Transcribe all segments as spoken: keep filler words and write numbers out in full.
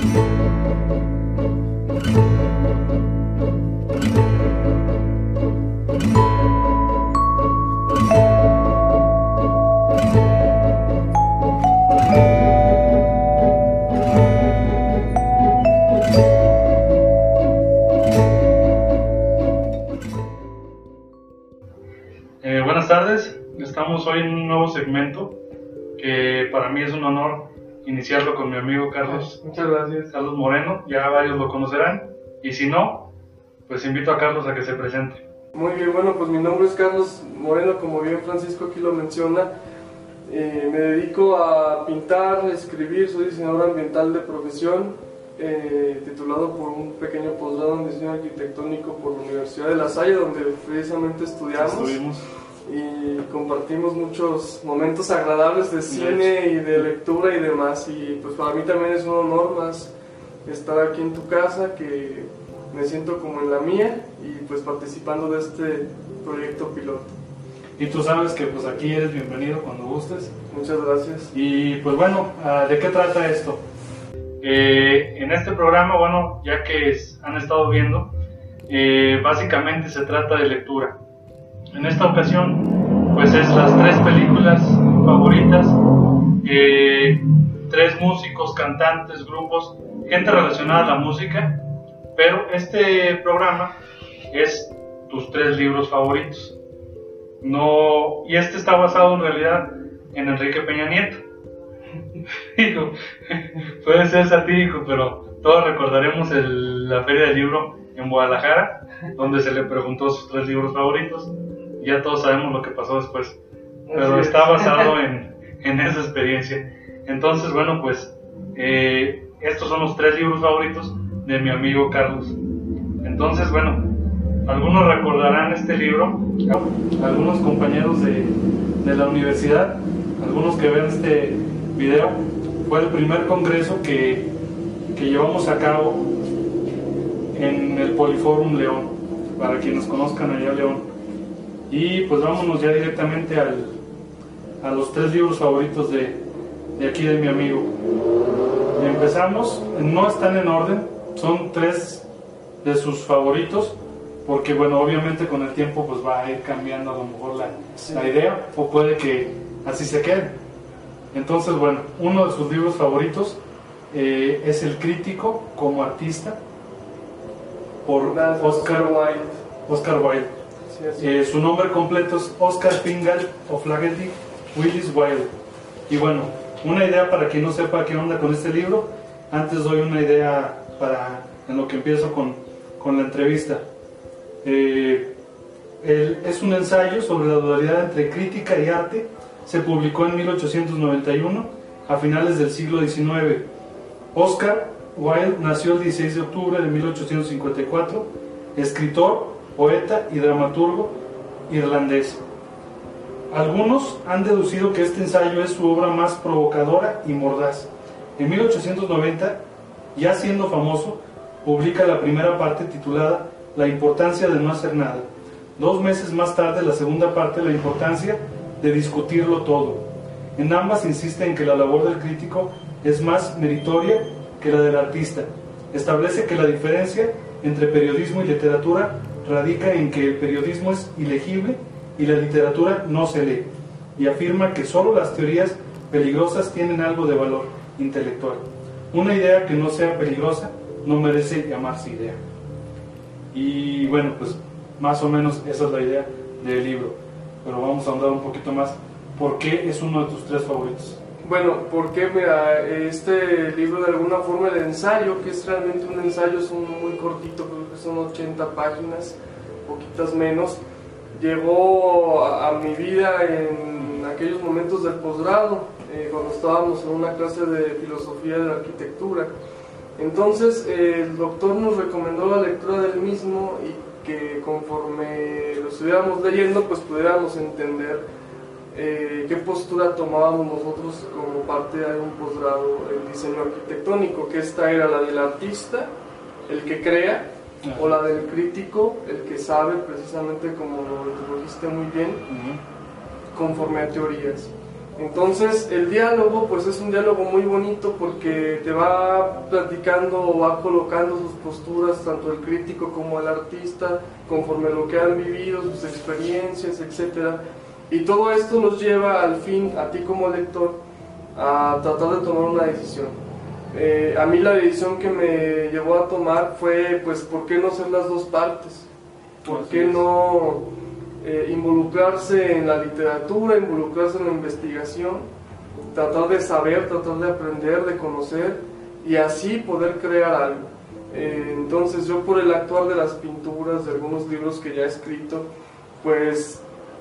Eh, buenas tardes, estamos hoy en un nuevo segmento que para mí es un honor iniciarlo con mi amigo Carlos. Muchas gracias. Carlos Moreno, ya varios lo conocerán, y si no, pues invito a Carlos a que se presente. Muy bien, bueno, pues mi nombre es Carlos Moreno, como bien Francisco aquí lo menciona. Eh, me dedico a pintar, escribir, soy diseñador ambiental de profesión, eh, titulado por un pequeño posgrado en diseño arquitectónico por la Universidad de La Salle, donde precisamente estudiamos. Estuvimos. Y compartimos muchos momentos agradables de cine y de lectura y demás, y pues para mí también es un honor más estar aquí en tu casa, que me siento como en la mía, y pues participando de este proyecto piloto. Y tú sabes que pues aquí eres bienvenido cuando gustes. Muchas gracias. Y pues bueno, ¿de qué trata esto? Eh, en este programa, bueno, ya que es, han estado viendo, eh, básicamente se trata de lectura. En esta ocasión, pues es las tres películas favoritas, eh, tres músicos, cantantes, grupos, gente relacionada a la música, pero este programa es tus tres libros favoritos. No, y este está basado en realidad en Enrique Peña Nieto. Digo, puede ser satírico, pero todos recordaremos el, la Feria del Libro en Guadalajara, donde se le preguntó sus tres libros favoritos. Ya todos sabemos lo que pasó después, pero está basado en, en esa experiencia. Entonces, bueno, pues eh, estos son los tres libros favoritos de mi amigo Carlos. Entonces, bueno, algunos recordarán este libro, algunos compañeros de, de la universidad, algunos que ven este video. Fue el primer congreso que, que llevamos a cabo en el Poliforum León, para quienes conozcan allá León. Y pues vámonos ya directamente al, a los tres libros favoritos de, de aquí de mi amigo. Empezamos, no están en orden, son tres de sus favoritos, porque bueno, obviamente con el tiempo pues va a ir cambiando a lo mejor la, sí. la idea, o puede que así se quede. Entonces bueno, uno de sus libros favoritos eh, es El Crítico como artista, por Oscar Wilde. Oscar Wilde. Sí, sí. Eh, su nombre completo es Oscar Fingal O'Flaherty Willis Wilde. Y bueno, una idea para quien no sepa qué onda con este libro. Antes doy una idea para en lo que empiezo con, con la entrevista. Eh, el, es un ensayo sobre la dualidad entre crítica y arte. Se publicó en mil ochocientos noventa y uno, a finales del siglo diecinueve. Oscar Wilde nació el dieciséis de octubre de mil ochocientos cincuenta y cuatro, escritor, poeta y dramaturgo irlandés. Algunos han deducido que este ensayo es su obra más provocadora y mordaz. En mil ochocientos noventa, ya siendo famoso, publica la primera parte titulada La importancia de no hacer nada. Dos meses más tarde, la segunda parte, La importancia de discutirlo todo. En ambas insiste en que la labor del crítico es más meritoria que la del artista. Establece que la diferencia entre periodismo y literatura radica en que el periodismo es ilegible y la literatura no se lee, y afirma que solo las teorías peligrosas tienen algo de valor intelectual. Una idea que no sea peligrosa no merece llamarse idea. Y bueno, pues más o menos esa es la idea del libro, pero vamos a ahondar un poquito más. ¿Por qué es uno de tus tres favoritos? Bueno, porque mira, este libro de alguna forma, el ensayo, que es realmente un ensayo, es un muy cortito, creo que son ochenta páginas, poquitas menos, llegó a, a mi vida en aquellos momentos del posgrado, eh, cuando estábamos en una clase de filosofía de la arquitectura. Entonces eh, el doctor nos recomendó la lectura del mismo y que conforme lo estuviéramos leyendo pues pudiéramos entender Eh, qué postura tomábamos nosotros como parte de un posgrado en diseño arquitectónico, que esta era la del artista, el que crea, uh-huh. o la del crítico, el que sabe, precisamente como lo introdujiste muy bien, uh-huh. conforme a teorías. Entonces el diálogo pues es un diálogo muy bonito porque te va platicando o va colocando sus posturas, tanto el crítico como el artista, conforme a lo que han vivido, sus experiencias, etcétera. Y todo esto los lleva al fin, a ti como lector, a tratar de tomar una decisión. Eh, a mí la decisión que me llevó a tomar fue, pues, ¿por qué no ser las dos partes? ¿Por qué no eh, involucrarse en la literatura, involucrarse en la investigación, tratar de saber, tratar de aprender, de conocer y así poder crear algo? Eh, entonces yo, por el actuar de las pinturas, de algunos libros que ya he escrito, pues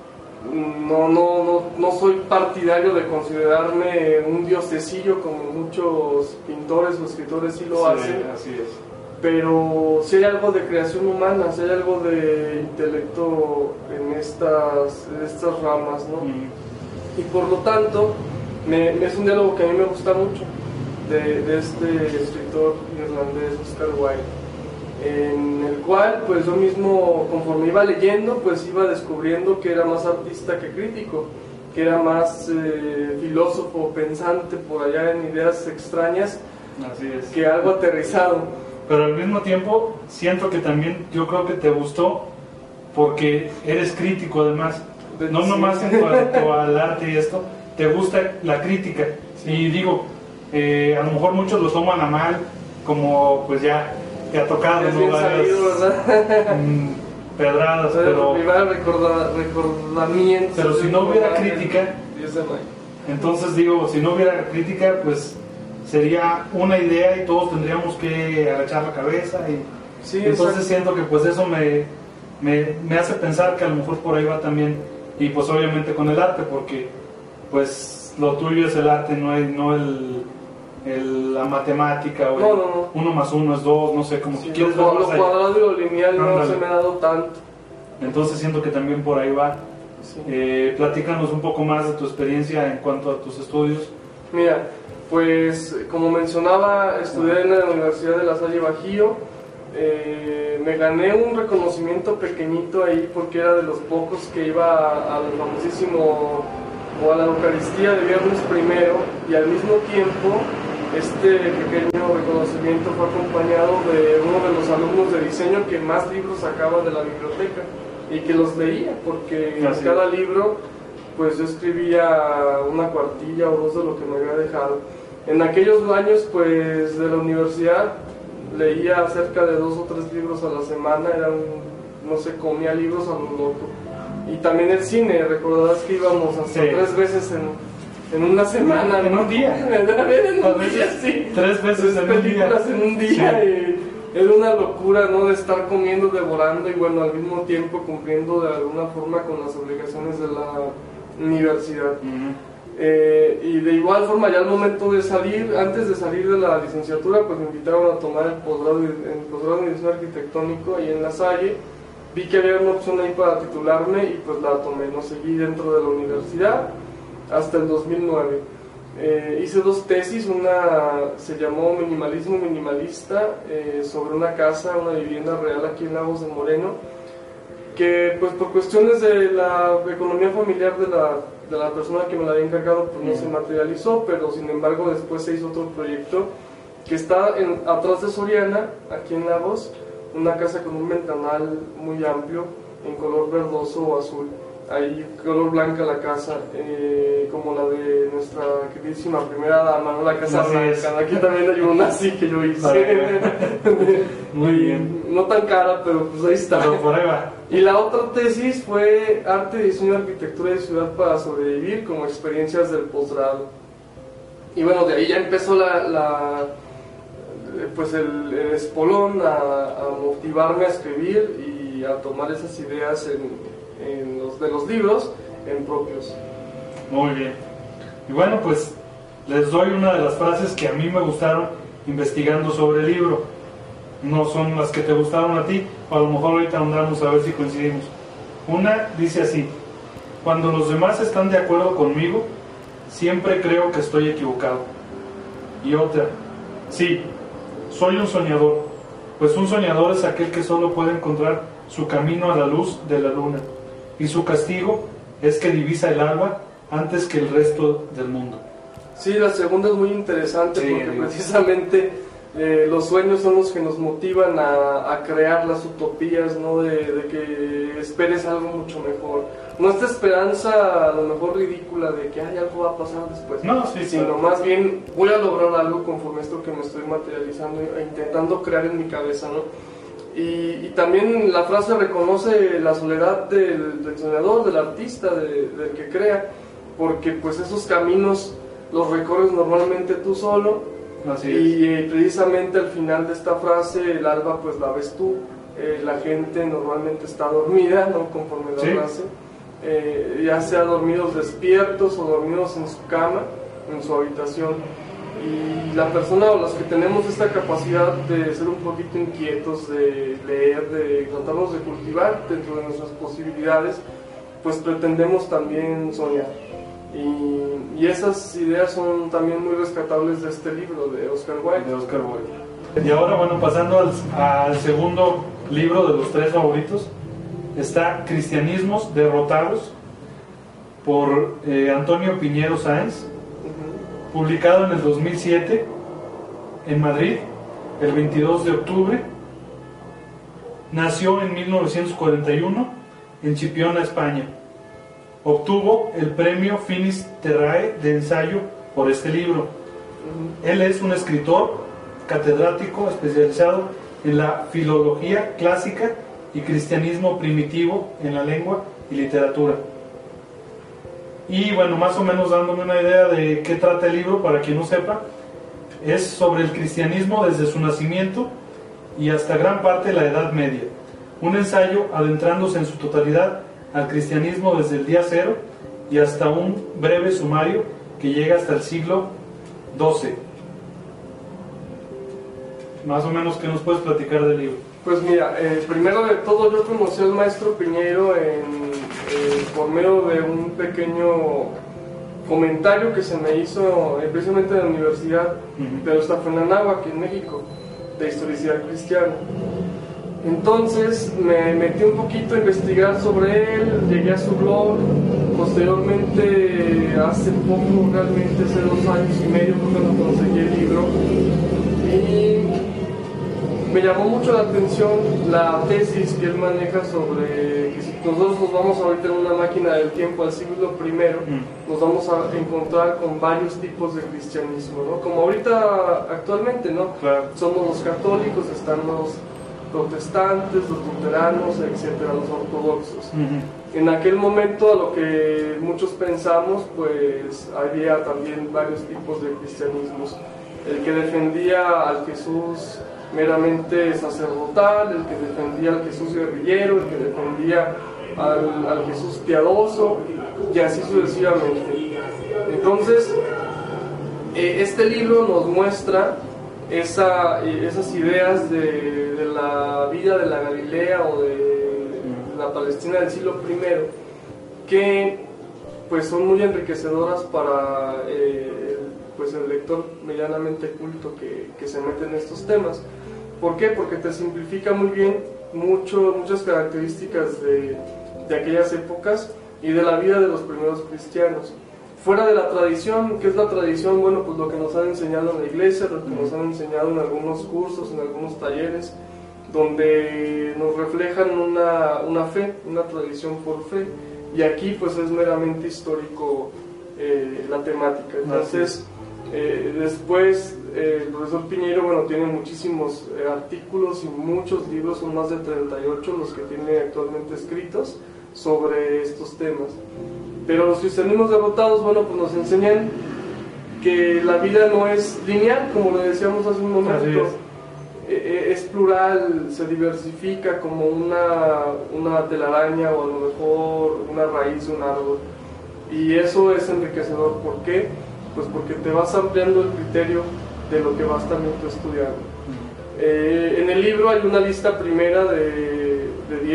no, no, no, no soy partidario de considerarme un diosesillo como muchos pintores o escritores sí lo Sí, hacen. así es. Pero si hay algo de creación humana, si hay algo de intelecto en estas, en estas ramas, ¿no? Mm. Y por lo tanto, me, es un diálogo que a mí me gusta mucho, de, de este escritor irlandés, Oscar Wilde, en el cual pues yo mismo, conforme iba leyendo, pues iba descubriendo que era más artista que crítico, que era más eh, filósofo, pensante por allá en ideas extrañas, Así es. que algo aterrizado. Pero al mismo tiempo siento que también yo creo que te gustó porque eres crítico además, De- no sí. nomás en cuanto al arte y esto, te gusta la crítica. Sí. Y digo, eh, a lo mejor muchos lo toman a mal, como pues ya te ha tocado, Es ¿no? bien Varias, sabido, ¿verdad? mm, pedradas, Pero, pero, privar recorda, recordamientos. pero si no hubiera crítica, diez de mayo. entonces digo, si no hubiera crítica, pues sería una idea y todos tendríamos que agachar la cabeza y Sí, entonces exacto. siento que pues eso me, me, me hace pensar que a lo mejor por ahí va también, y pues obviamente con el arte, porque pues lo tuyo es el arte, no, es, no el, el, la matemática o el No, no, no. uno más uno es dos, no sé, como Sí, que quieres lo, ver lo más allá. cuadrado y lo lineal no Ándale. se me ha dado tanto. Entonces siento que también por ahí va. Sí. Eh, platícanos un poco más de tu experiencia en cuanto a tus estudios. Mira, pues como mencionaba, estudié en la Universidad de La Salle Bajío. Eh, me gané un reconocimiento pequeñito ahí porque era de los pocos que iba al famosísimo o a la Eucaristía de Viernes Primero, y al mismo tiempo este pequeño reconocimiento fue acompañado de uno de los alumnos de diseño que más libros sacaba de la biblioteca y que los leía, porque en Así es. cada libro pues yo escribía una cuartilla o dos de lo que me había dejado. En aquellos años pues de la universidad leía cerca de dos o tres libros a la semana, era un, no sé, comía libros a lo loco. Y también el cine, recordarás que íbamos hasta Sí. tres veces en, en una semana, En ¿no? un día. en A un veces día, sí. tres veces Tres en un día. películas en un día. Sí. Y era una locura, ¿no? De estar comiendo, devorando y bueno, al mismo tiempo cumpliendo de alguna forma con las obligaciones de la universidad. Ujú. Eh, y de igual forma, ya al momento de salir, antes de salir de la licenciatura, pues me invitaron a tomar el posgrado, el posgrado en diseño arquitectónico ahí en La Salle. Vi que había una opción ahí para titularme y pues la tomé, no seguí dentro de la universidad hasta el dos mil nueve. Eh, hice dos tesis, una se llamó Minimalismo Minimalista, eh, sobre una casa, una vivienda real aquí en Lagos de Moreno, que pues por cuestiones de la economía familiar de la, de la persona que me la había encargado pues no se materializó, pero sin embargo después se hizo otro proyecto que está en, atrás de Soriana, aquí en Lagos, una casa con un ventanal muy amplio en color verdoso o azul, ahí color blanca la casa, eh, como la de nuestra queridísima primera dama, ¿no? La casa Así es. blanca. Aquí también hay una así que yo hice. Muy bien. No tan cara, pero pues ahí está. Pero por ahí va. Y la otra tesis fue Arte, Diseño, Arquitectura y Ciudad para Sobrevivir como experiencias del posgrado. Y bueno, de ahí ya empezó la, la pues el, el espolón a, a motivarme a escribir y a tomar esas ideas en, en los, de los libros en propios. Muy bien. Y bueno, pues les doy una de las frases que a mí me gustaron investigando sobre el libro. No son las que te gustaron a ti, o a lo mejor ahorita andamos a ver si coincidimos. Una dice así: cuando los demás están de acuerdo conmigo, siempre creo que estoy equivocado. Y otra: sí, soy un soñador, pues un soñador es aquel que solo puede encontrar su camino a la luz de la luna, y su castigo es que divisa el alba antes que el resto del mundo. Sí, la segunda es muy interesante sí, porque amigo. precisamente eh, los sueños son los que nos motivan a, a crear las utopías, ¿no? De, de que esperes algo mucho mejor. No esta esperanza a lo mejor ridícula de que ay, algo va a pasar después, no, sí, sino claro. más bien voy a lograr algo conforme esto que me estoy materializando e intentando crear en mi cabeza, ¿no? Y, y también la frase reconoce la soledad del, del soñador, del artista, de, del que crea, porque pues esos caminos los recorres normalmente tú solo. Así y es. eh, precisamente al final de esta frase el alba pues la ves tú, eh, la gente normalmente está dormida, ¿no? Conforme la ¿Sí? frase, eh, ya sea dormidos despiertos o dormidos en su cama, en su habitación. Y la persona o los que tenemos esta capacidad de ser un poquito inquietos, de leer, de tratarnos de cultivar dentro de nuestras posibilidades, pues pretendemos también soñar. Y, y esas ideas son también muy rescatables de este libro de Oscar Wilde. De Oscar Wilde. Y ahora, bueno, pasando al, al segundo libro de los tres favoritos, está Cristianismos Derrotados, por eh, Antonio Piñero Sáenz, publicado en el dos mil siete en Madrid, el veintidós de octubre. Nació en mil novecientos cuarenta y uno en Chipiona, España. Obtuvo el premio Finis Terrae de ensayo por este libro. Él es un escritor catedrático especializado en la filología clásica y cristianismo primitivo en la lengua y literatura. Y bueno, más o menos dándome una idea de qué trata el libro, para quien no sepa, es sobre el cristianismo desde su nacimiento y hasta gran parte de la Edad Media. Un ensayo adentrándose en su totalidad al cristianismo desde el día cero y hasta un breve sumario que llega hasta el siglo doce. Más o menos, ¿qué nos puedes platicar del libro? Pues mira, eh, primero de todo yo conocí al maestro Piñero en, eh, por medio de un pequeño comentario que se me hizo eh, precisamente en la Universidad uh-huh. de Ostafuenanáhuac, en México, de historicidad cristiana. Entonces me metí un poquito a investigar sobre él, llegué a su blog, posteriormente hace poco, realmente hace dos años y medio fue cuando conseguí el libro, y me llamó mucho la atención la tesis que él maneja sobre que si nosotros nos vamos ahorita en una máquina del tiempo al siglo primero, mm. nos vamos a encontrar con varios tipos de cristianismo, ¿no? Como ahorita actualmente, ¿no? Claro. Somos los católicos, están los protestantes, los luteranos, etcétera, los ortodoxos. Uh-huh. En aquel momento, a lo que muchos pensamos, pues había también varios tipos de cristianismos. El que defendía al Jesús meramente sacerdotal, el que defendía al Jesús guerrillero, el que defendía al, al Jesús piadoso, y así sucesivamente. Entonces, eh, este libro nos muestra esa, eh, esas ideas de, de la vida de la Galilea o de, de la Palestina del siglo primero, que pues son muy enriquecedoras para eh, pues el lector medianamente culto que, que se mete en estos temas. ¿Por qué? Porque te simplifica muy bien mucho, muchas características de, de aquellas épocas y de la vida de los primeros cristianos. Fuera de la tradición, ¿qué es la tradición? Bueno, pues lo que nos han enseñado en la iglesia, lo que nos han enseñado en algunos cursos, en algunos talleres, donde nos reflejan una, una fe, una tradición por fe, y aquí pues es meramente histórico eh, la temática. Entonces, eh, después eh, el profesor Piñero, bueno, tiene muchísimos eh, artículos y muchos libros, son más de treinta y ocho los que tiene actualmente escritos sobre estos temas. Pero los cristianismos derrotados, bueno, pues nos enseñan que la vida no es lineal, como le decíamos hace un momento, es. es plural, se diversifica como una, una telaraña o a lo mejor una raíz de un árbol. Y eso es enriquecedor. ¿Por qué? Pues porque te vas ampliando el criterio de lo que vas también tú estudiando. Eh, en el libro hay una lista primera de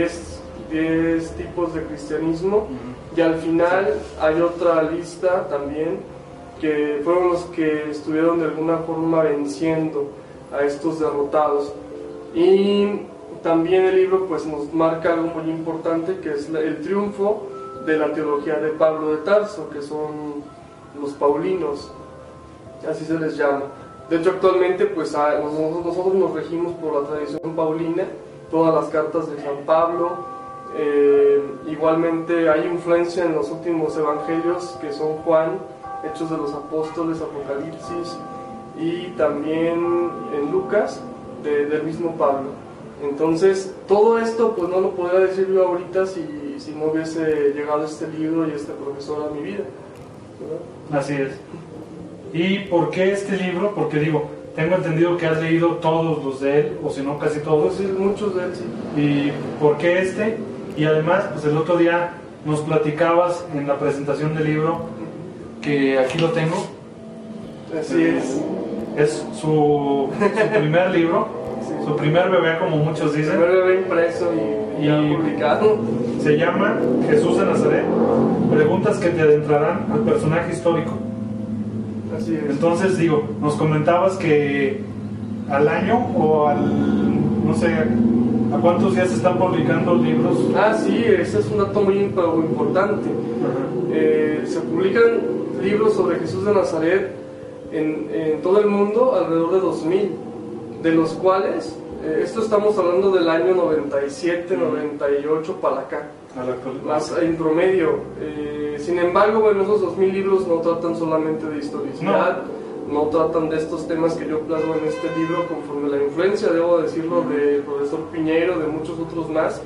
diez tipos de cristianismo. Y al final hay otra lista también, que fueron los que estuvieron de alguna forma venciendo a estos derrotados. Y también el libro pues nos marca algo muy importante, que es el triunfo de la teología de Pablo de Tarso, que son los paulinos, así se les llama. De hecho, actualmente pues nosotros, nosotros nos regimos por la tradición paulina, todas las cartas de San Pablo. Eh, igualmente hay influencia en los últimos evangelios, que son Juan, Hechos de los Apóstoles, Apocalipsis, y también en Lucas, de, del mismo Pablo. Entonces, todo esto pues no lo podría decir yo ahorita si, si no hubiese llegado este libro y este profesor a mi vida, ¿verdad? Así es. ¿Y por qué este libro? Porque digo, tengo entendido que has leído todos los de él, o si no casi todos. Sí, muchos de él, sí. ¿Y por qué este? Y además, pues el otro día nos platicabas en la presentación del libro, que aquí lo tengo. Así es. Es su, su primer libro, sí. Su primer bebé, como muchos dicen. Primer bebé impreso y, y ya publicado. Se llama Jesús de Nazaret, preguntas que te adentrarán al personaje histórico. Así es. Entonces, digo, nos comentabas que al año o al, no sé, ¿a cuántos días se están publicando libros? Ah, sí, ese es un dato muy importante. Eh, se publican libros sobre Jesús de Nazaret en, en todo el mundo, alrededor de dos mil, de los cuales, eh, esto estamos hablando del año noventa y siete, noventa y ocho para acá, más en promedio. Eh, sin embargo, bueno, esos dos mil libros no tratan solamente de historicidad, no. no tratan de estos temas que yo plasmo en este libro, conforme la influencia, debo decirlo, del profesor Piñeiro, de muchos otros más.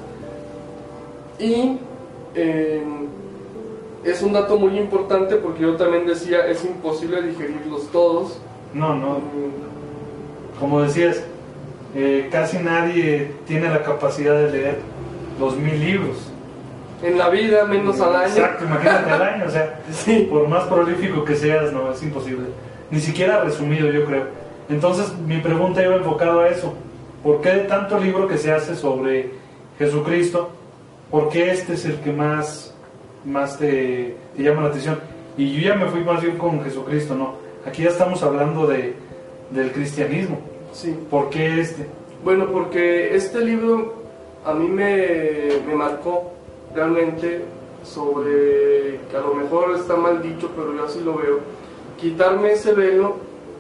Y eh, es un dato muy importante porque yo también decía, es imposible digerirlos todos. No, no. Como decías, eh, casi nadie tiene la capacidad de leer dos mil libros. En la vida, menos al año. Exacto, imagínate al año, o sea, sí. Por más prolífico que seas, no, es imposible. Ni siquiera resumido, yo creo. Entonces, mi pregunta iba enfocada a eso. ¿Por qué de tanto libro que se hace sobre Jesucristo, por qué este es el que más, más te, te llama la atención? Y yo ya me fui más bien con Jesucristo, ¿no? Aquí ya estamos hablando de, del cristianismo. Sí. ¿Por qué este? Bueno, porque este libro a mí me, me marcó realmente sobre, que a lo mejor está mal dicho, pero yo así lo veo, quitarme ese velo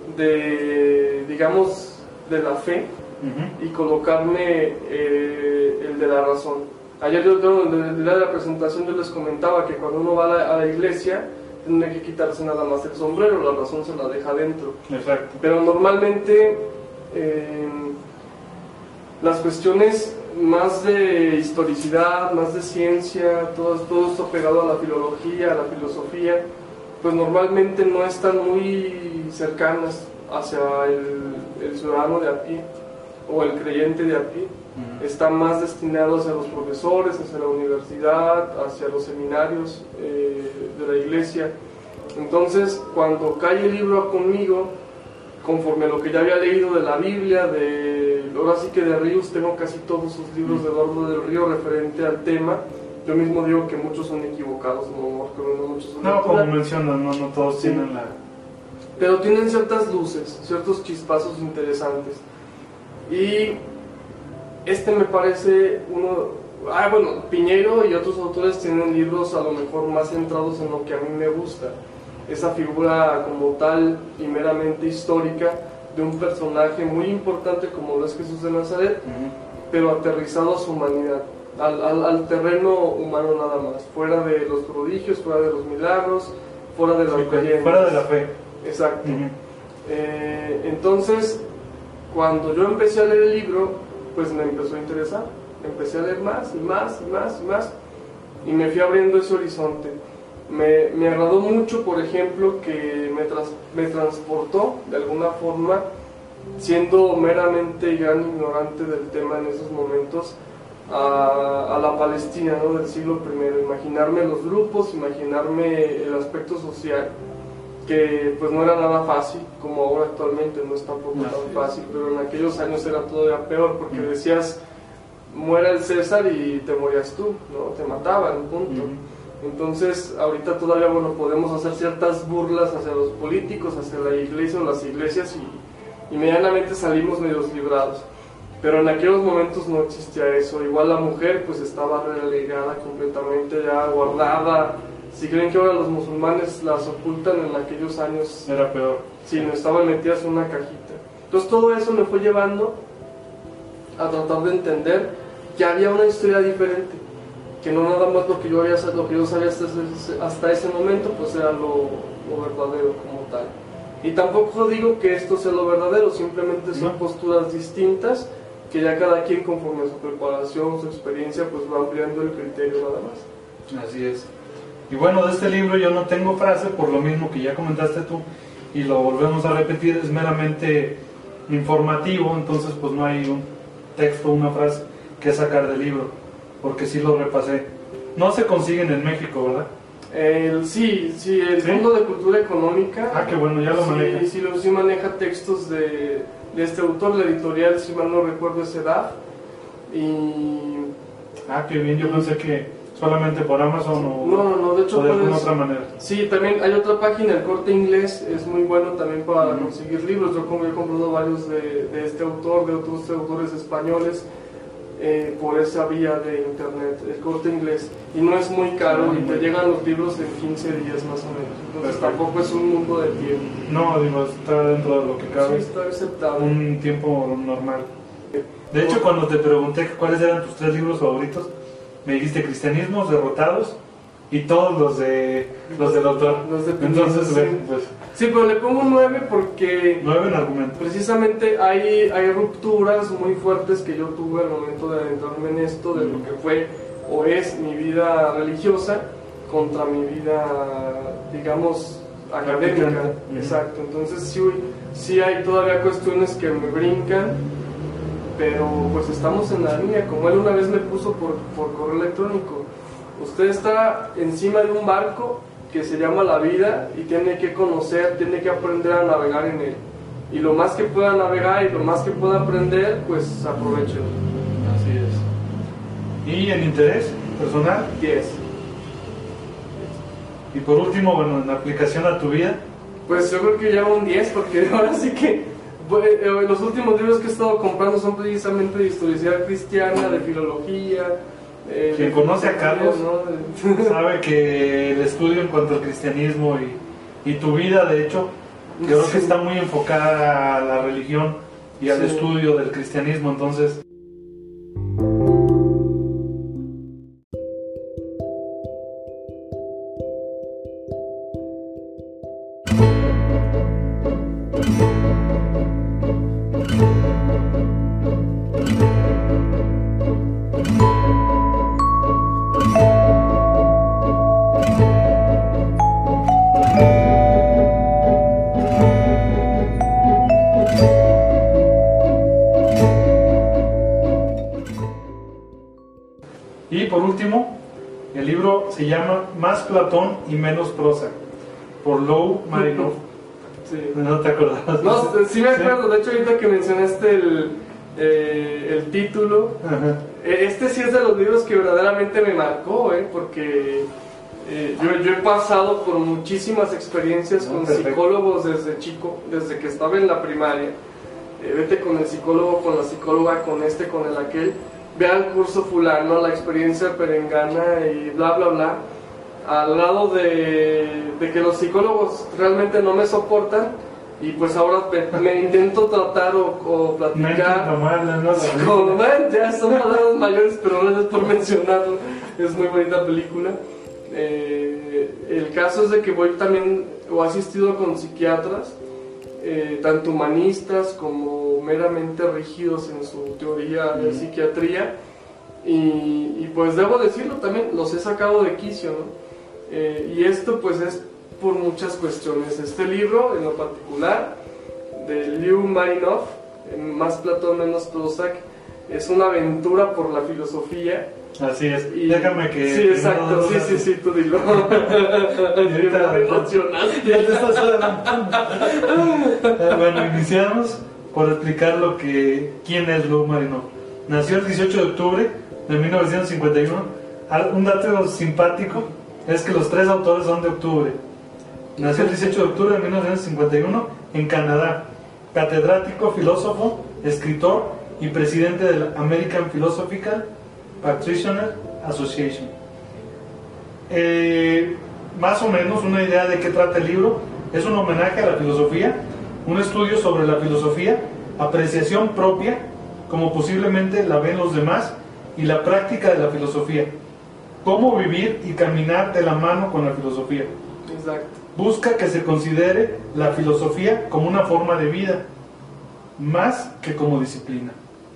de, digamos, de la fe, uh-huh, y colocarme eh, el de la razón. Ayer yo, en el día de la presentación, yo les comentaba que cuando uno va a la, a la iglesia, tiene que quitarse nada más el sombrero, la razón se la deja adentro. Exacto. Pero normalmente eh, las cuestiones más de historicidad, más de ciencia, todo, todo esto pegado a la filología, a la filosofía, pues normalmente no están muy cercanas hacia el, el ciudadano de a pie o el creyente de a pie. Uh-huh. Están más destinados hacia los profesores, hacia la universidad, hacia los seminarios eh, de la iglesia. Entonces, cuando cae el libro conmigo, conforme a lo que ya había leído de la Biblia, de, ahora sí que de Ríos, tengo casi todos sus libros de Eduardo del Río referente al tema. Yo mismo digo que muchos son equivocados, no, no, muchos son no como mencionan, no, no todos sí tienen la... Pero tienen ciertas luces, ciertos chispazos interesantes. Y este me parece uno... Ah, bueno, Piñeiro y otros autores tienen libros a lo mejor más centrados en lo que a mí me gusta. Esa figura como tal y meramente histórica de un personaje muy importante como lo es Jesús de Nazaret, uh-huh, pero aterrizado a su humanidad, al, al, al terreno humano nada más, fuera de los prodigios, fuera de los milagros, fuera de las sí, leyendas. Fuera de la fe. Exacto. Uh-huh. Eh, entonces, cuando yo empecé a leer el libro, pues me empezó a interesar. Empecé a leer más y más y más y más y me fui abriendo ese horizonte. Me, me agradó mucho, por ejemplo, que me, tras, me transportó de alguna forma, siendo meramente gran ignorante del tema en esos momentos, a, a la Palestina, ¿no?, del siglo primero. Imaginarme los grupos, imaginarme el aspecto social, que pues no era nada fácil, como ahora actualmente no es tampoco no, tan sí. fácil, pero en aquellos años era todavía peor, porque mm. decías, muera el César y te morías tú, ¿no? Te mataban, punto. Mm. Entonces, ahorita todavía, bueno, podemos hacer ciertas burlas hacia los políticos, hacia la iglesia o las iglesias y, y medianamente salimos medios librados. pero en aquellos momentos no existía eso. Igual la mujer pues estaba relegada completamente, ya guardada. Si creen que ahora los musulmanes las ocultan, en aquellos años era peor. Sí, no estaban metidas en una cajita. Entonces todo eso me fue llevando a tratar de entender que había una historia diferente, que no nada más lo que yo, había, lo que yo sabía hasta ese, hasta ese momento pues era lo, lo verdadero como tal. Y tampoco digo que esto sea lo verdadero, simplemente son ¿no? posturas distintas que ya cada quien conforme a su preparación, su experiencia pues va ampliando el criterio nada más. Así es. Y bueno, de este libro yo no tengo frase, por lo mismo que ya comentaste tú, y lo volvemos a repetir, es meramente informativo, entonces pues no hay un texto, una frase que sacar del libro, porque sí lo repasé. No se consiguen en México, ¿verdad? El, sí, sí, el ¿Sí? Fondo de Cultura Económica. Ah, qué bueno, ya lo sí, maneja. Sí, lo, sí maneja textos de, de este autor, la editorial, si mal no recuerdo, es EDAF. Y... Ah, qué bien, yo pensé que solamente por Amazon o, no, no, no, de hecho o de alguna puedes, otra manera. Sí, también hay otra página, el Corte Inglés, es muy bueno también para Uh-huh. conseguir libros. Yo como he comprado varios de, de este autor, de otros autores españoles, eh, por esa vía de internet, el Corte Inglés. Y no es muy caro, Muy y te bueno. llegan los libros en quince días más o menos. Entonces Perfecto. tampoco es un mundo de tiempo. No, digo, está dentro de lo que Sí, cabe, está aceptable. un tiempo normal. De hecho, cuando te pregunté cuáles eran tus tres libros favoritos, me dijiste Cristianismos, Derrotados y todos los de los del autor. Los de Entonces, sí. bueno, pues Sí, pero le pongo un nueve porque nueve en argumento. precisamente hay, hay rupturas muy fuertes que yo tuve al momento de adentrarme en esto, de lo que fue o es mi vida religiosa contra mi vida, digamos, académica. Practicante. Exacto, entonces sí, sí hay todavía cuestiones que me brincan, pero pues estamos en la línea, como él una vez me puso por, por correo electrónico. Usted está encima de un barco que se llama la vida y tiene que conocer, tiene que aprender a navegar en él. Y lo más que pueda navegar y lo más que pueda aprender, pues aprovechen. Así es. Y en interés personal. diez. Y por último, bueno, en aplicación a tu vida. Pues yo creo que llevo un diez, porque ahora sí que bueno, eh, los últimos libros que he estado comprando son precisamente de historicidad cristiana, de filología. Eh, Quien de conoce a Carlos ¿no? sabe que el estudio en cuanto al cristianismo y, y tu vida, de hecho, creo Sí. que está muy enfocada a la religión y al Sí. estudio del cristianismo, entonces... Y por último, el libro se llama Más Platón y Menos Prosa, por Lou Marinoff. Sí. ¿No te acordabas? No, sí me acuerdo, de hecho ahorita que mencionaste el, eh, el título, Ajá. eh, este sí es de los libros que verdaderamente me marcó, eh, porque eh, yo, yo he pasado por muchísimas experiencias No, con perfecto. psicólogos desde chico, desde que estaba en la primaria. Eh, vete con el psicólogo, con la psicóloga, con este, con el aquel, ve al curso fulano, la experiencia perengana y bla bla bla, al lado de, de que los psicólogos realmente no me soportan y pues ahora me, me intento tratar o, o platicar Tomarla, ¿no? sí, como ven, ya son palabras mayores, pero gracias por mencionarlo, es muy bonita película. Eh, el caso es de que voy también o he asistido con psiquiatras, eh, tanto humanistas como meramente rígidos en su teoría de Mm. psiquiatría, y, y pues debo decirlo también, los he sacado de quicio, ¿no? Eh, y esto pues es por muchas cuestiones. Este libro en lo particular, de Lou Marinoff, Más Platón, Menos Prozac, es una aventura por la filosofía. Así es. Y- Déjame que... Sí, exacto, sí, sí, sí, tú dilo. Sí, me emocionaste. Ya te estás adelantando. Eh, Bueno, iniciamos por explicar lo que, quién es Lou Marinoff. Nació el dieciocho de octubre de mil novecientos cincuenta y uno. Al- Un dato simpático es que los tres autores son de octubre. Nació el dieciocho de octubre de mil novecientos cincuenta y uno en Canadá. Catedrático, filósofo, escritor y presidente de la American Philosophical Practitioner Association. Eh, más o menos una idea de qué trata el libro: es un homenaje a la filosofía, un estudio sobre la filosofía, apreciación propia, como posiblemente la ven los demás, y la práctica de la filosofía. Cómo vivir y caminar de la mano con la filosofía. Exacto. Busca que se considere la filosofía como una forma de vida, más que como disciplina.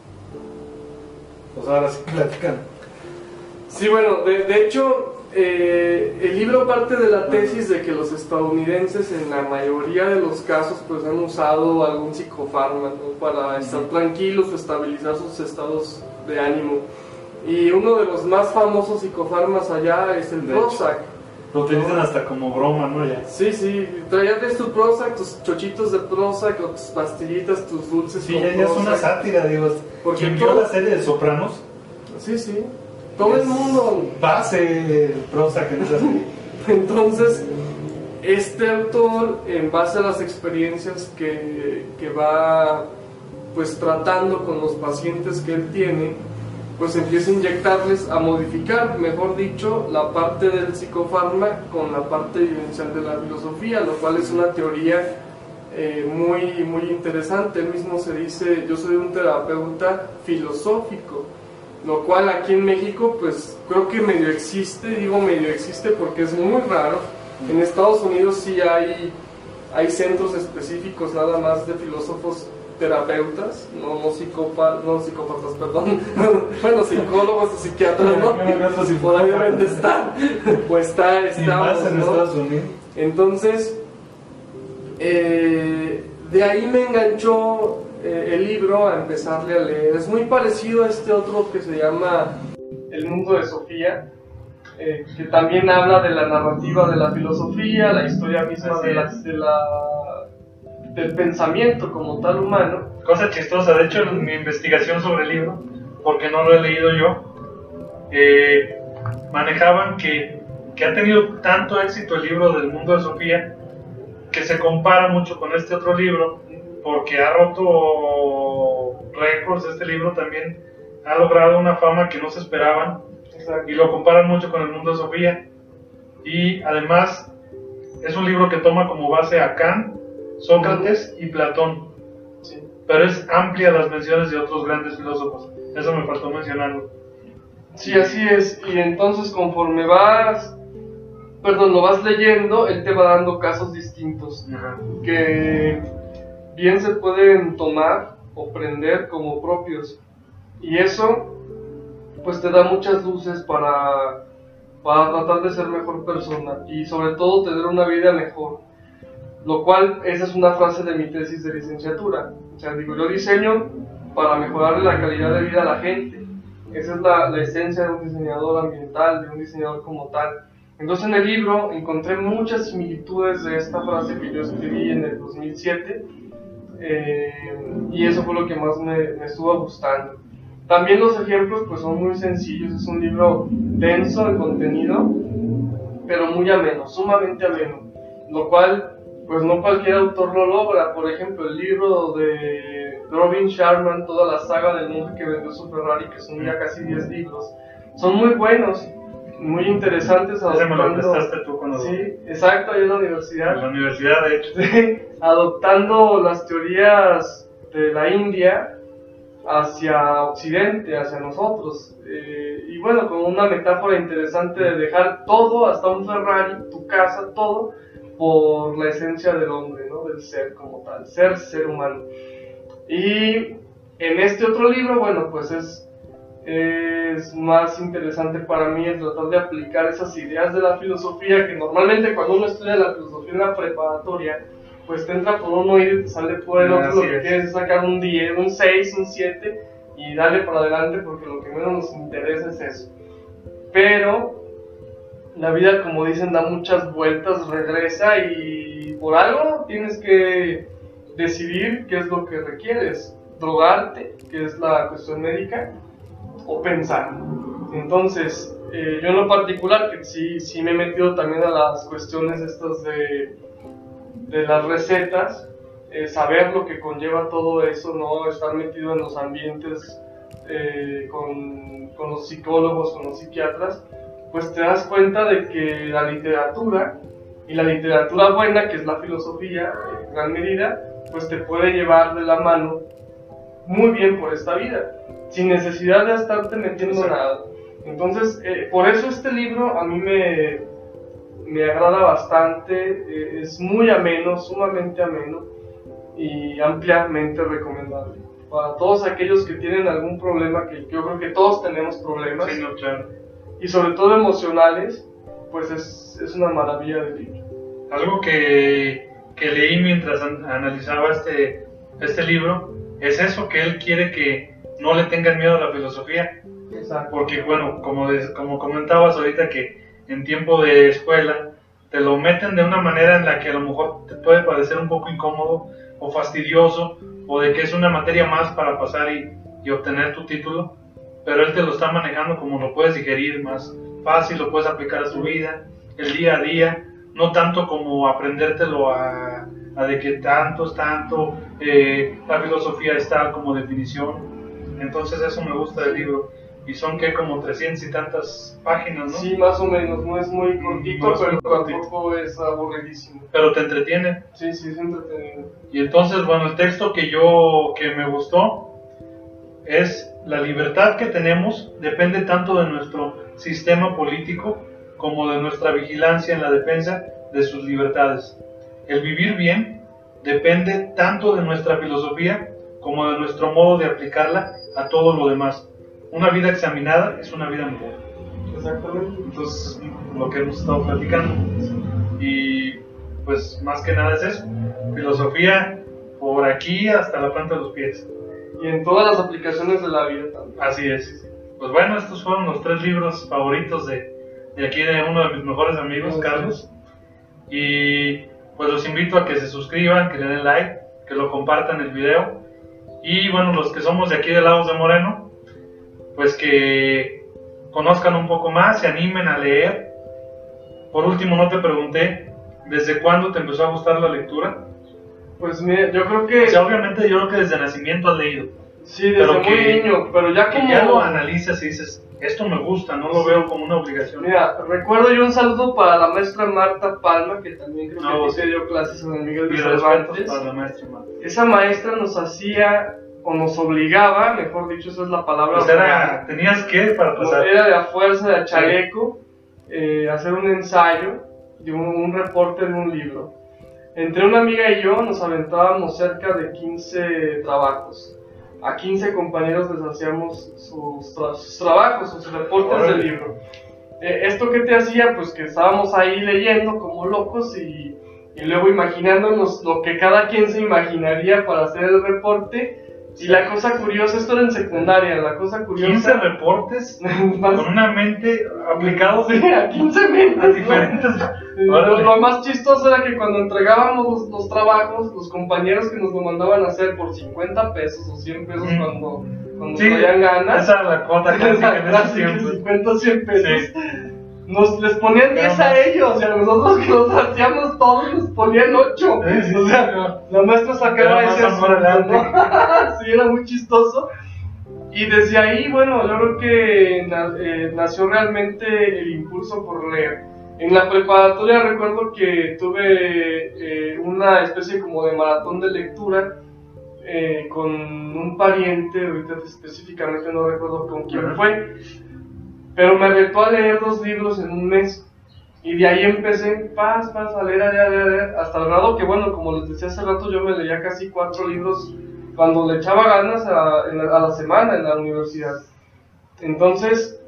Pues ahora sí platican. Sí, bueno, de, de hecho, eh, el libro parte de la tesis de que los estadounidenses en la mayoría de los casos pues han usado algún psicofármaco para estar tranquilos o estabilizar sus estados de ánimo. Y uno de los más famosos psicofármacos allá es el Prozac. Lo utilizan, ¿no?, hasta como broma, ¿no? Ya. Sí, sí, traías tu Prozac, tus chochitos de Prozac, o tus pastillitas, tus dulces. Sí, ya, ya es una sátira, digo. Porque ¿quién vio la serie de Sopranos? Sí, sí. Todo el mundo base el Prozac en esa serie. Entonces, este autor, en base a las experiencias que, que va pues tratando con los pacientes que él tiene, pues empieza a inyectarles, a modificar, mejor dicho, la parte del psicofármaco con la parte vivencial de la filosofía, lo cual es una teoría eh, muy, muy interesante. Él mismo se dice: yo soy un terapeuta filosófico, lo cual aquí en México pues creo que medio existe. Digo medio existe porque es muy raro. En Estados Unidos sí hay, hay centros específicos nada más de filósofos terapeutas, no, no, psicópatas, no psicópatas, perdón, bueno, psicólogos o psiquiatras, ¿no? Por ahí deben de estar, pues está, estamos, en ¿no? Estados Unidos. Entonces, eh, de ahí me enganchó eh, el libro a empezarle a leer. Es muy parecido a este otro que se llama El mundo de Sofía, eh, que también habla de la narrativa de la filosofía, la historia misma de la, de la del pensamiento como tal humano. Cosa chistosa, de hecho en mi investigación sobre el libro, porque no lo he leído yo, eh, manejaban que, que ha tenido tanto éxito el libro del mundo de Sofía, que se compara mucho con este otro libro, porque ha roto récords. Este libro también ha logrado una fama que no se esperaban. Exacto. Y lo comparan mucho con el mundo de Sofía, y además es un libro que toma como base a Kant, Sócrates y Platón, sí. Pero es amplia las menciones de otros grandes filósofos. Eso me faltó mencionarlo. Sí, así es. Y entonces conforme vas, perdón, lo vas leyendo, él te va dando casos distintos. Ajá. Que bien se pueden tomar o prender como propios. Y eso pues te da muchas luces para, para tratar de ser mejor persona y sobre todo tener una vida mejor. Lo cual, esa es una frase de mi tesis de licenciatura. O sea, digo, yo diseño para mejorarle la calidad de vida a la gente. Esa es la, la esencia de un diseñador ambiental, de un diseñador como tal. Entonces en el libro encontré muchas similitudes de esta frase que yo escribí en el dos mil siete, eh, y eso fue lo que más me, me estuvo gustando. También los ejemplos pues son muy sencillos. Es un libro denso en contenido, pero muy ameno, sumamente ameno, lo cual pues no cualquier autor lo logra. Por ejemplo, el libro de Robin Sharman, toda la saga del monje que vendió su Ferrari, que son ya casi diez libros, son muy buenos, muy interesantes. Ese me lo prestaste tú cuando... Sí, exacto, ahí en la universidad. En la universidad, de hecho. Sí, adoptando las teorías de la India hacia Occidente, hacia nosotros. Eh, y bueno, con una metáfora interesante de dejar todo, hasta un Ferrari, tu casa, todo, por la esencia del hombre, ¿no? Del ser como tal, ser, ser humano. Y en este otro libro, bueno, pues es, es más interesante para mí el tratar de aplicar esas ideas de la filosofía, que normalmente cuando uno estudia la filosofía en la preparatoria, pues te entra por un oído y te sale por el otro. Lo que quieres es sacar un diez, un seis, un siete y darle para adelante, porque lo que menos nos interesa es eso. Pero la vida, como dicen, da muchas vueltas, regresa, y por algo tienes que decidir qué es lo que requieres: drogarte, que es la cuestión médica, o pensar. Entonces, eh, yo en lo particular, que sí, sí me he metido también a las cuestiones estas de, de las recetas, eh, saber lo que conlleva todo eso, ¿no? Estar metido en los ambientes eh, con, con los psicólogos, con los psiquiatras, pues te das cuenta de que la literatura, y la literatura buena, que es la filosofía, en gran medida, pues te puede llevar de la mano muy bien por esta vida, sin necesidad de estarte metiendo nada. Entonces, eh, por eso este libro a mí me, me agrada bastante, eh, es muy ameno, sumamente ameno y ampliamente recomendable. Para todos aquellos que tienen algún problema, que yo creo que todos tenemos problemas, Sí, no, claro. y sobre todo emocionales, pues es, es una maravilla de libro. Algo que, que leí mientras an analizaba este, este libro es eso, que él quiere que no le tengan miedo a la filosofía. Exacto. Porque bueno, como, de, como comentabas ahorita, que en tiempo de escuela te lo meten de una manera en la que a lo mejor te puede parecer un poco incómodo o fastidioso, o de que es una materia más para pasar y, y obtener tu título, pero él te lo está manejando como lo puedes digerir más fácil, lo puedes aplicar a tu vida, el día a día, no tanto como aprendértelo a, a de que tanto es tanto, eh, la filosofía es tal como definición. Entonces eso me gusta del libro. Y son que como trescientas y tantas páginas, ¿no? Sí, más o menos, no es muy cortito, No es pero muy cortito. tampoco es aburridísimo. Pero te entretiene. Sí, sí, es entretenido. Y entonces, bueno, el texto que yo, que me gustó es: la libertad que tenemos depende tanto de nuestro sistema político como de nuestra vigilancia en la defensa de sus libertades. El vivir bien depende tanto de nuestra filosofía como de nuestro modo de aplicarla a todo lo demás. Una vida examinada es una vida mejor. Exactamente. Entonces, lo que hemos estado platicando. Y pues más que nada es eso. Filosofía por aquí hasta la planta de los pies. Y en todas las aplicaciones de la vida también. Así es. Pues bueno, estos fueron los tres libros favoritos de, de aquí de uno de mis mejores amigos, Okay. Carlos. Y pues los invito a que se suscriban, que le den like, que lo compartan el video. Y bueno, los que somos de aquí de Lagos de Moreno, pues que conozcan un poco más, se animen a leer. Por último, no te pregunté, ¿desde cuándo te empezó a gustar la lectura? Pues mira, yo creo que... O sea, obviamente yo creo que desde nacimiento has leído. Sí, desde pero muy que- niño, pero ya Que como... ya lo analizas y dices, esto me gusta, no lo Sí. veo como una obligación. Mira, recuerdo yo un saludo para la maestra Marta Palma, que también creo que No, a ti te dio clases en el Miguel de Mis respetos Cervantes. para la maestra Marta. Esa maestra nos hacía, o nos obligaba, mejor dicho, esa es la palabra. Pues era, tenías que para pasar. Era de a fuerza, de a chaleco, eh, hacer un ensayo, de un, un reporte de un libro. Entre una amiga y yo nos aventábamos cerca de quince trabajos. A quince compañeros les hacíamos sus, tra sus trabajos, sus reportes Órale. del libro. Eh, ¿Esto qué te hacía? Pues que estábamos ahí leyendo como locos y, y luego imaginándonos lo que cada quien se imaginaría para hacer el reporte. Y la cosa curiosa, esto era en secundaria, la cosa curiosa... quince reportes con una mente aplicado Sí, a quince a mentes. diferentes. Lo, Órale. lo más chistoso era que cuando entregábamos los, los trabajos, los compañeros que nos lo mandaban a hacer por cincuenta pesos o cien pesos Mm. cuando, cuando Sí, traían ganas, esa era la cuota clásica en casi ese que tiempo. cincuenta o cien pesos, Sí. nos les ponían diez a ellos, y a nosotros que los hacíamos todos nos ponían ocho. Sí, sí, O sí, sea, no. la maestra sacaba Era más ese amor al asunto, ¿no? Sí, era muy chistoso. Y desde ahí, bueno, yo creo que na eh, nació realmente el impulso por leer. En la preparatoria recuerdo que tuve eh, una especie como de maratón de lectura eh, con un pariente, ahorita específicamente no recuerdo con quién Ajá. fue, pero me retó a leer dos libros en un mes. Y de ahí empecé, paz, paz, a leer, a leer, a leer, a leer, hasta el grado que, bueno, como les decía hace rato, yo me leía casi cuatro libros cuando le echaba ganas a, en la, a la semana en la universidad. Entonces,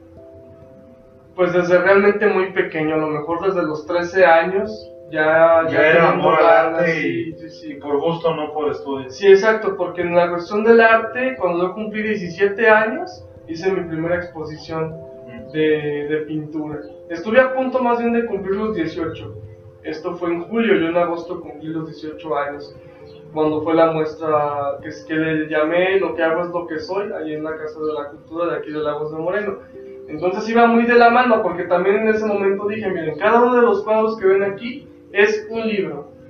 pues desde realmente muy pequeño, a lo mejor desde los trece años, ya, Ya ya era tenía amor al ganas, arte sí, y, sí, sí. y por gusto, no por estudio. Sí, exacto, porque en la cuestión del arte, cuando yo cumplí diecisiete años, hice mi primera exposición de, de pintura. Estuve a punto más bien de cumplir los dieciocho. Esto fue en julio, yo en agosto cumplí los dieciocho años, cuando fue la muestra que, que le llamé Lo que hago es lo que soy, ahí en la Casa de la Cultura de aquí de Lagos de Moreno. Entonces iba muy de la mano, porque también en ese momento dije, miren, cada uno de los cuadros que ven aquí es un libro.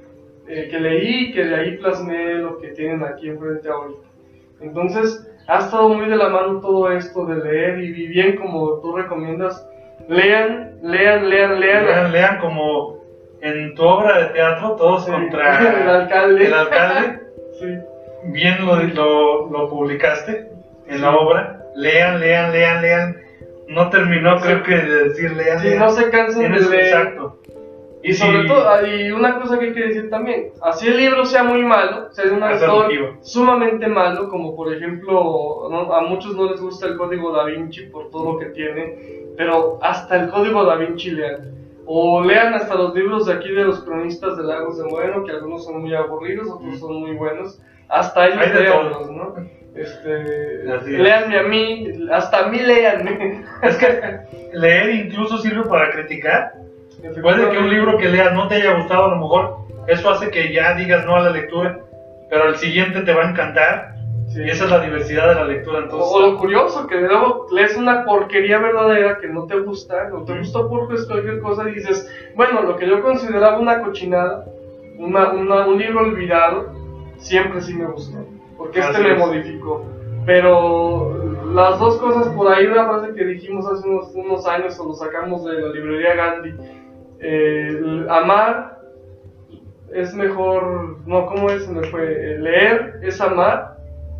eh, que leí, que de ahí plasmé lo que tienen aquí enfrente ahorita. Entonces, ha estado muy de la mano todo esto de leer y bien como tú recomiendas, lean, lean, lean, lean. Lean, lean como en tu obra de teatro, todos sí, contra el alcalde. El alcalde. Sí. Bien lo, lo, lo publicaste en sí. la obra. Lean, lean, lean, lean. No terminó, sí. creo que de decir lean. Sí, lean. no se cansen de leer. Exacto. Y sobre sí. todo, y una cosa que hay que decir también, así el libro sea muy malo, sea un autor sumamente malo, como por ejemplo, no, a muchos no les gusta el Código Da Vinci por todo lo que tiene, pero hasta el Código Da Vinci lean. O lean hasta los libros de aquí de los cronistas de Lagos de Moreno, que algunos son muy aburridos, otros son muy buenos. Hasta ellos leanlos, ¿no? Este, léanme a mí, hasta a mí léanme. Es que leer incluso sirve para criticar. Puede que un libro que leas no te haya gustado, a lo mejor eso hace que ya digas no a la lectura, pero el siguiente te va a encantar. Sí. Y esa es la diversidad de la lectura. Entonces, o lo curioso, que de nuevo lees una porquería verdadera que no te gusta, no te mm. gustó por cualquier cosa y dices, bueno, lo que yo consideraba una cochinada, una, una, un libro olvidado, siempre sí me gustó, porque este me modificó. Pero las dos cosas, por ahí una frase que dijimos hace unos, unos años cuando sacamos de la librería Gandhi, eh, amar es mejor, no, ¿cómo es? Me fue, leer es amar,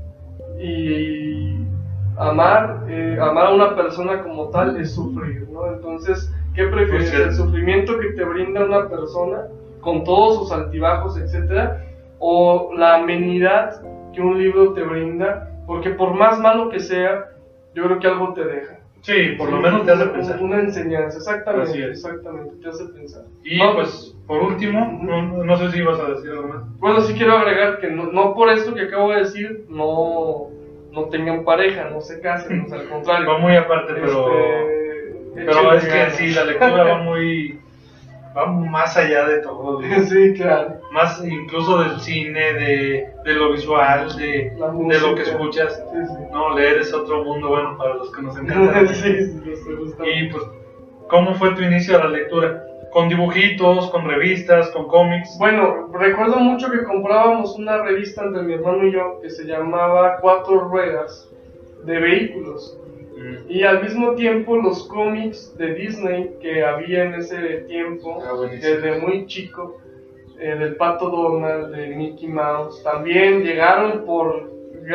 y amar, eh, amar a una persona como tal es sufrir, ¿no? Entonces, ¿qué prefieres? ¿El sufrimiento que te brinda una persona con todos sus altibajos, etcétera, o la amenidad que un libro te brinda? Porque por más malo que sea, yo creo que algo te deja. Sí, por sí, lo menos te hace pensar. Una enseñanza, exactamente, exactamente, te hace pensar. Y no, pues, por último, no, no sé si ibas a decir algo más. Bueno, sí quiero agregar que no, no por esto que acabo de decir, no, no tengan pareja, no se casen, o sea, al contrario. Va muy aparte, pero, este, pero es que sí, la lectura va muy, va más allá de todo. ¿No? Sí, claro. Más incluso del cine, de, de lo visual, de, de lo que escuchas. Sí, sí. No, leer es otro mundo bueno para los que nos encanta. Sí, sí, sí, y pues, ¿cómo fue tu inicio a la lectura? ¿Con dibujitos, con revistas, con cómics? Bueno, recuerdo mucho que comprábamos una revista entre mi hermano y yo que se llamaba Cuatro Ruedas, de vehículos. Mm. Y al mismo tiempo los cómics de Disney que había en ese tiempo, ah, desde muy chico, eh, del Pato Donald, de Mickey Mouse, también llegaron por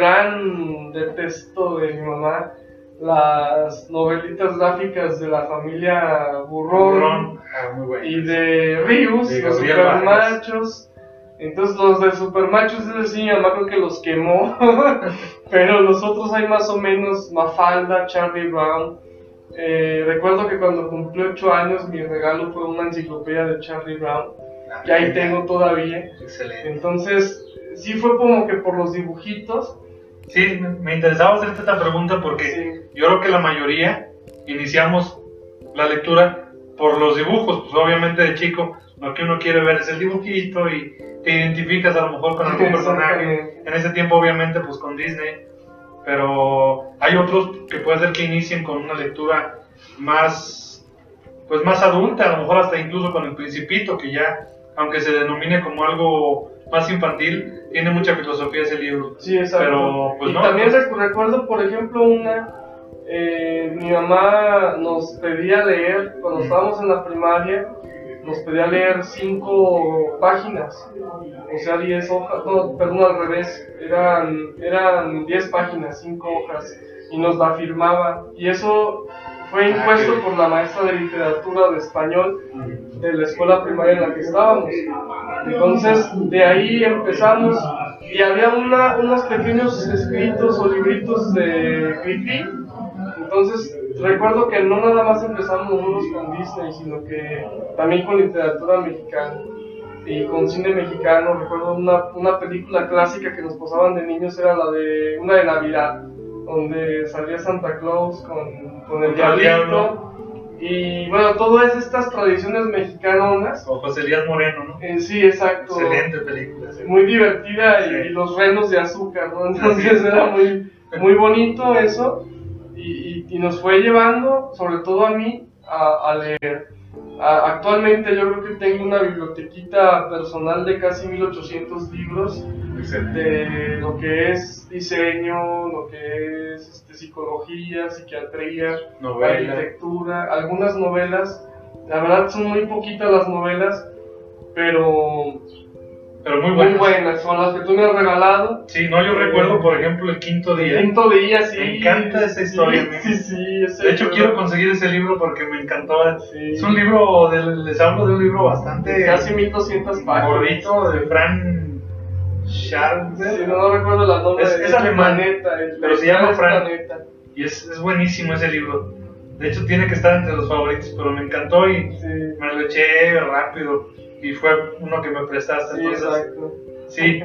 gran detesto de mi mamá las novelitas gráficas de la familia Burrón, Burrón. Ah, muy bueno. Y de Rius, de los Supermachos. Entonces los de Supermachos es decir, mi mamá creo que los quemó, pero los otros hay más o menos, Mafalda, Charlie Brown. Eh, recuerdo que cuando cumplí ocho años mi regalo fue una enciclopedia de Charlie Brown, ah, que ahí tengo todavía. Excelente. Entonces sí fue como que por los dibujitos. Sí, me interesaba hacerte esta pregunta porque sí. Yo creo que la mayoría iniciamos la lectura por los dibujos, pues obviamente de chico lo que uno quiere ver es el dibujito y te identificas a lo mejor con algún personaje. En ese tiempo obviamente pues con Disney, pero hay otros que puede ser que inicien con una lectura más, pues más adulta, a lo mejor hasta incluso con El Principito, que ya, aunque se denomine como algo más infantil, tiene mucha filosofía ese libro. Sí, exacto. Pero, pues, y no, también pues, recuerdo, por ejemplo, una... Eh, mi mamá nos pedía leer, cuando mm. estábamos en la primaria, nos pedía leer cinco páginas, o sea, diez hojas, no, perdón, al revés, eran, eran diez páginas, cinco hojas, y nos la firmaba, y eso fue impuesto por la maestra de literatura de español de la escuela primaria en la que estábamos. Entonces, de ahí empezamos, y había una, unos pequeños escritos o libritos de Griffith. Entonces, recuerdo que no nada más empezamos nosotros con Disney, sino que también con literatura mexicana y con cine mexicano. Recuerdo una, una película clásica que nos pasaban de niños, era la de una de Navidad, donde salía Santa Claus con, con el diablito. Y bueno, todas estas tradiciones mexicanonas. Con José Elías Moreno, ¿no? Eh, sí, exacto. Excelente película. Sí. Muy divertida, sí. y, y los renos de azúcar, ¿no? Entonces era muy, muy bonito eso. Y, y, y nos fue llevando, sobre todo a mí, a, a leer. A, actualmente yo creo que tengo una bibliotequita personal de casi mil ochocientos libros. Excelente. De lo que es diseño, lo que es este, psicología, psiquiatría, Novela. arquitectura, algunas novelas. La verdad son muy poquitas las novelas, pero, pero muy buenas. muy buenas, son las que tú me has regalado. Sí, no, yo recuerdo, por ejemplo, El Quinto Día. El Quinto Día, sí. Me encanta esa historia. Sí, sí, sí, ese de hecho, libro. quiero conseguir ese libro porque me encantó. Sí. Es un libro, de, les hablo de un libro bastante... Casi mil doscientas páginas. Gordito, de Fran Scharber. Sí, no, no recuerdo la nombre. Es, es alemán, planeta, el, pero se llama Fran. Planeta. Y es, es buenísimo ese libro. De hecho, tiene que estar entre los favoritos, pero me encantó y Sí. me lo eché rápido. Y fue uno que me prestaste. Sí, entonces, exacto. Sí.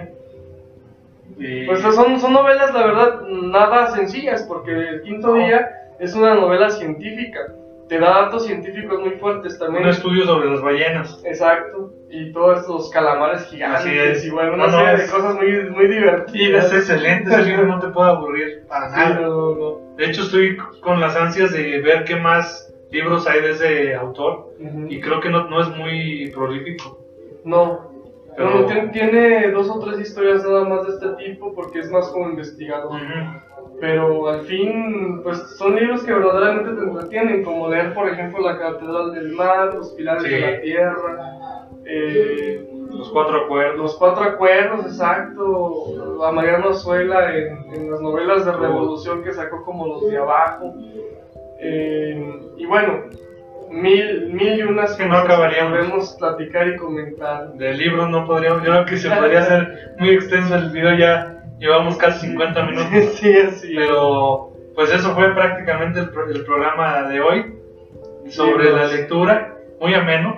Y... Pues son, son novelas, la verdad, nada sencillas, porque El Quinto No. Día es una novela científica. Te da datos científicos muy fuertes también. un estudio sobre las ballenas. Exacto. Y todos estos calamares Así gigantes es. y bueno, una No, no, serie de es- cosas muy, muy divertidas. Es excelente, ese libro no te puede aburrir para Sí, nada. no, no, no. De hecho, estoy con las ansias de ver qué más libros hay de ese autor. Ujú. Y creo que no, no es muy prolífico. No. Pero- Bueno, tiene, tiene dos o tres historias nada más de este tipo porque es más como investigador. Ujú. Pero al fin, pues son libros que verdaderamente te entretienen, como leer, por ejemplo, La Catedral del Mar, Los Pilares Sí. de la Tierra, eh, Los Cuatro Acuerdos. Los Cuatro Acuerdos, exacto, a Mariano Azuela en, en las novelas de revolución que sacó como Los de Abajo, eh, y bueno, mil, mil y unas Que no cosas acabaríamos. podemos platicar y comentar. Del libro no podríamos, yo creo que se podría hacer muy extenso el video, ya llevamos casi cincuenta minutos. Sí, así es. Pero pues eso fue prácticamente el, pro- el programa de hoy sobre Sí, la pues. lectura, muy ameno.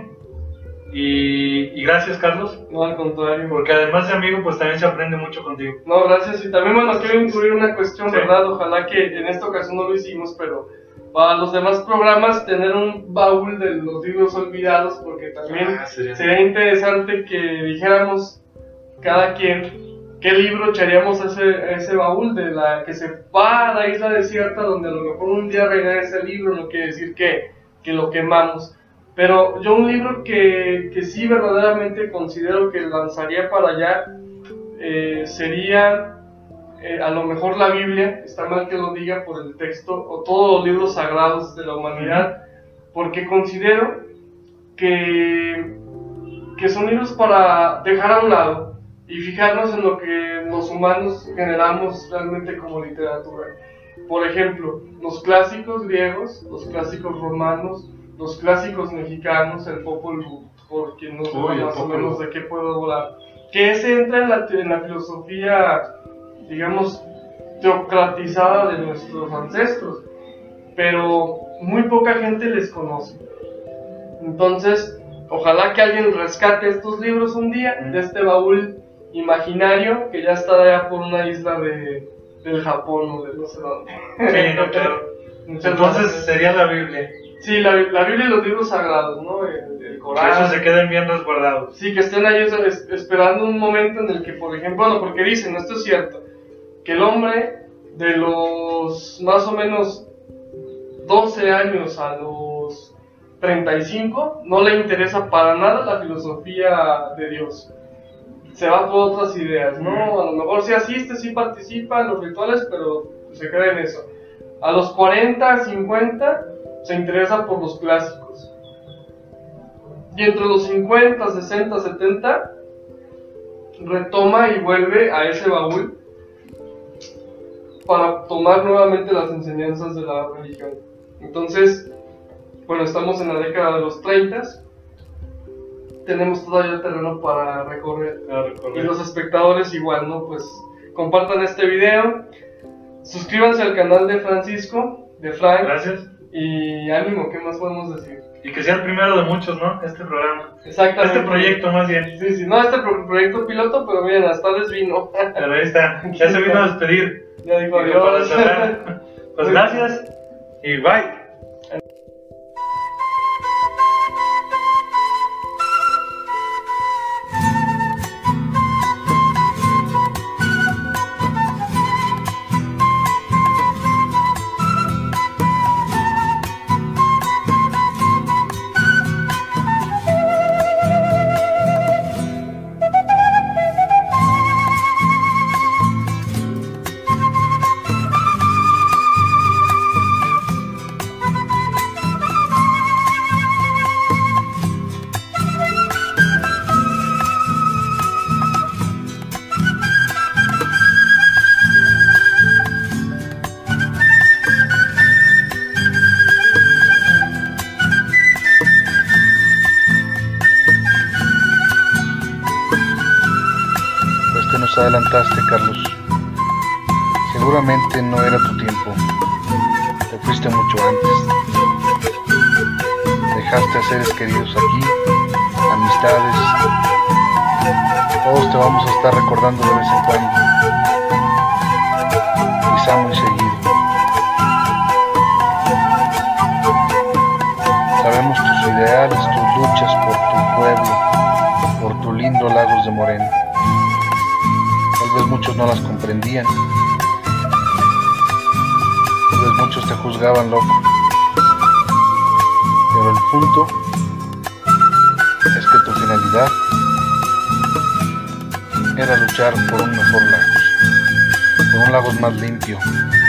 Y, y gracias, Carlos, No, al contrario. porque además de amigo pues también se aprende mucho contigo. No, gracias. Y también, bueno, quiero incluir una cuestión, Sí. ¿verdad? Ojalá que en esta ocasión no lo hicimos, pero para los demás programas tener un baúl de los libros olvidados, porque también Ah, sería- sería interesante que dijéramos cada quien qué libro echaríamos a ese, a ese baúl de la que se va a la isla desierta, donde a lo mejor un día regresa el libro, no quiere decir que, que lo quemamos. Pero yo un libro que, que sí verdaderamente considero que lanzaría para allá eh, sería eh, a lo mejor la Biblia, está mal que lo diga por el texto, o todos los libros sagrados de la humanidad, porque considero que, que son libros para dejar a un lado y fijarnos en lo que los humanos generamos realmente como literatura. Por ejemplo, los clásicos griegos, los clásicos romanos, los clásicos mexicanos, el Popol Vuh, por quien no sepa Uy, el más o Popol menos Vuh. de qué puedo hablar, que ese entra en la, en la filosofía, digamos, teocratizada de nuestros ancestros, pero muy poca gente les conoce. Entonces, ojalá que alguien rescate estos libros un día de este baúl imaginario que ya está allá por una isla de, del Japón o de no sé dónde. Sí, no, claro. Muchas Entonces gracias. sería la Biblia. Sí, la, la Biblia y los libros sagrados, ¿no? El, el Que Corán. esos se queden bien resguardados. Sí, que estén ahí es- esperando un momento en el que, por ejemplo, bueno, porque dicen, esto es cierto, que el hombre de los más o menos doce años a los treinta y cinco no le interesa para nada la filosofía de Dios. Se va por otras ideas, ¿no? A lo mejor sí asiste, sí participa en los rituales, pero se queda en eso. A los cuarenta, cincuenta se interesa por los clásicos. Y entre los cincuenta, sesenta, setenta retoma y vuelve a ese baúl para tomar nuevamente las enseñanzas de la religión. Entonces, bueno, estamos en la década de los treinta, tenemos todavía terreno para recorrer. Para Y recorrer. los espectadores igual, ¿no? Pues compartan este video, suscríbanse al canal de Francisco, de Frank, Gracias. y ánimo, ¿qué más podemos decir? Y que sea el primero de muchos, ¿no? Este programa. Exactamente. Este proyecto más bien. Sí, sí, no este pro- proyecto piloto, pero miren, hasta les vino. Pero ahí está. Ya se vino a despedir. Ya digo Digo, para adiós. cerrar. Pues gracias y bye. Nos adelantaste, Carlos. Seguramente no era tu tiempo. Te fuiste mucho antes. Dejaste a seres queridos aquí, amistades. Todos te vamos a estar recordando de vez en cuando. Quizá muy seguido. Sabemos tus ideales, tus luchas por tu pueblo, por tu lindo Lagos de Moreno. Tal vez muchos no las comprendían. Tal vez muchos te juzgaban loco. Pero el punto es que tu finalidad era luchar por un mejor Lagos, por un Lagos más limpio,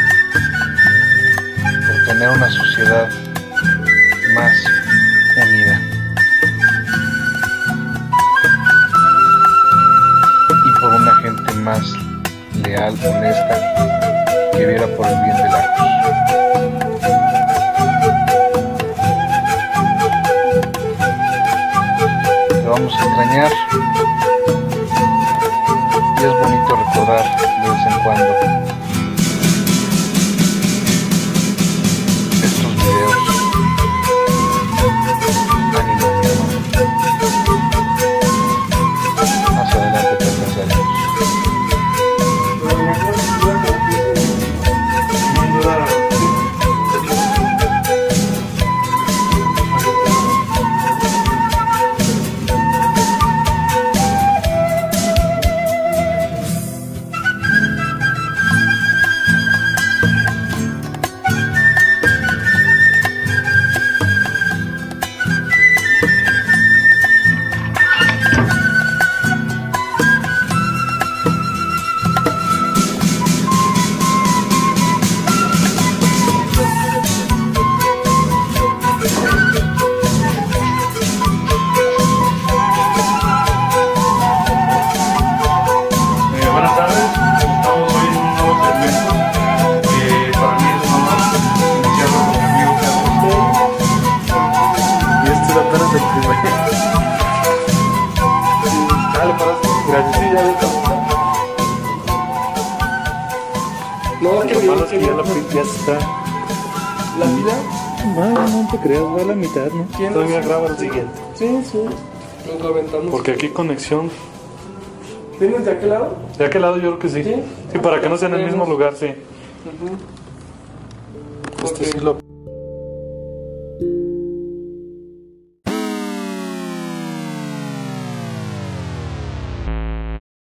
por tener una sociedad más unida y por una gente más leal, honesta, que viera por el bien de Lagos. Te vamos a extrañar y es bonito recordar de vez en cuando estos videos. Ánimo, mi hermano. Más adelante te alcanzaremos. No, que Lo malo es que ya la pizza ya está. ¿La fila? No, no te creas, va a la mitad, ¿no? ¿Quién Todavía nos- graba el siguiente. Sí, sí. Nos lo aventamos. Porque aquí conexión. ¿Vienes de aquel lado? De aquel lado yo creo que sí. Sí. Sí, para que no sea en el mismo lugar, sí. Ujú. Este Ok. sí lo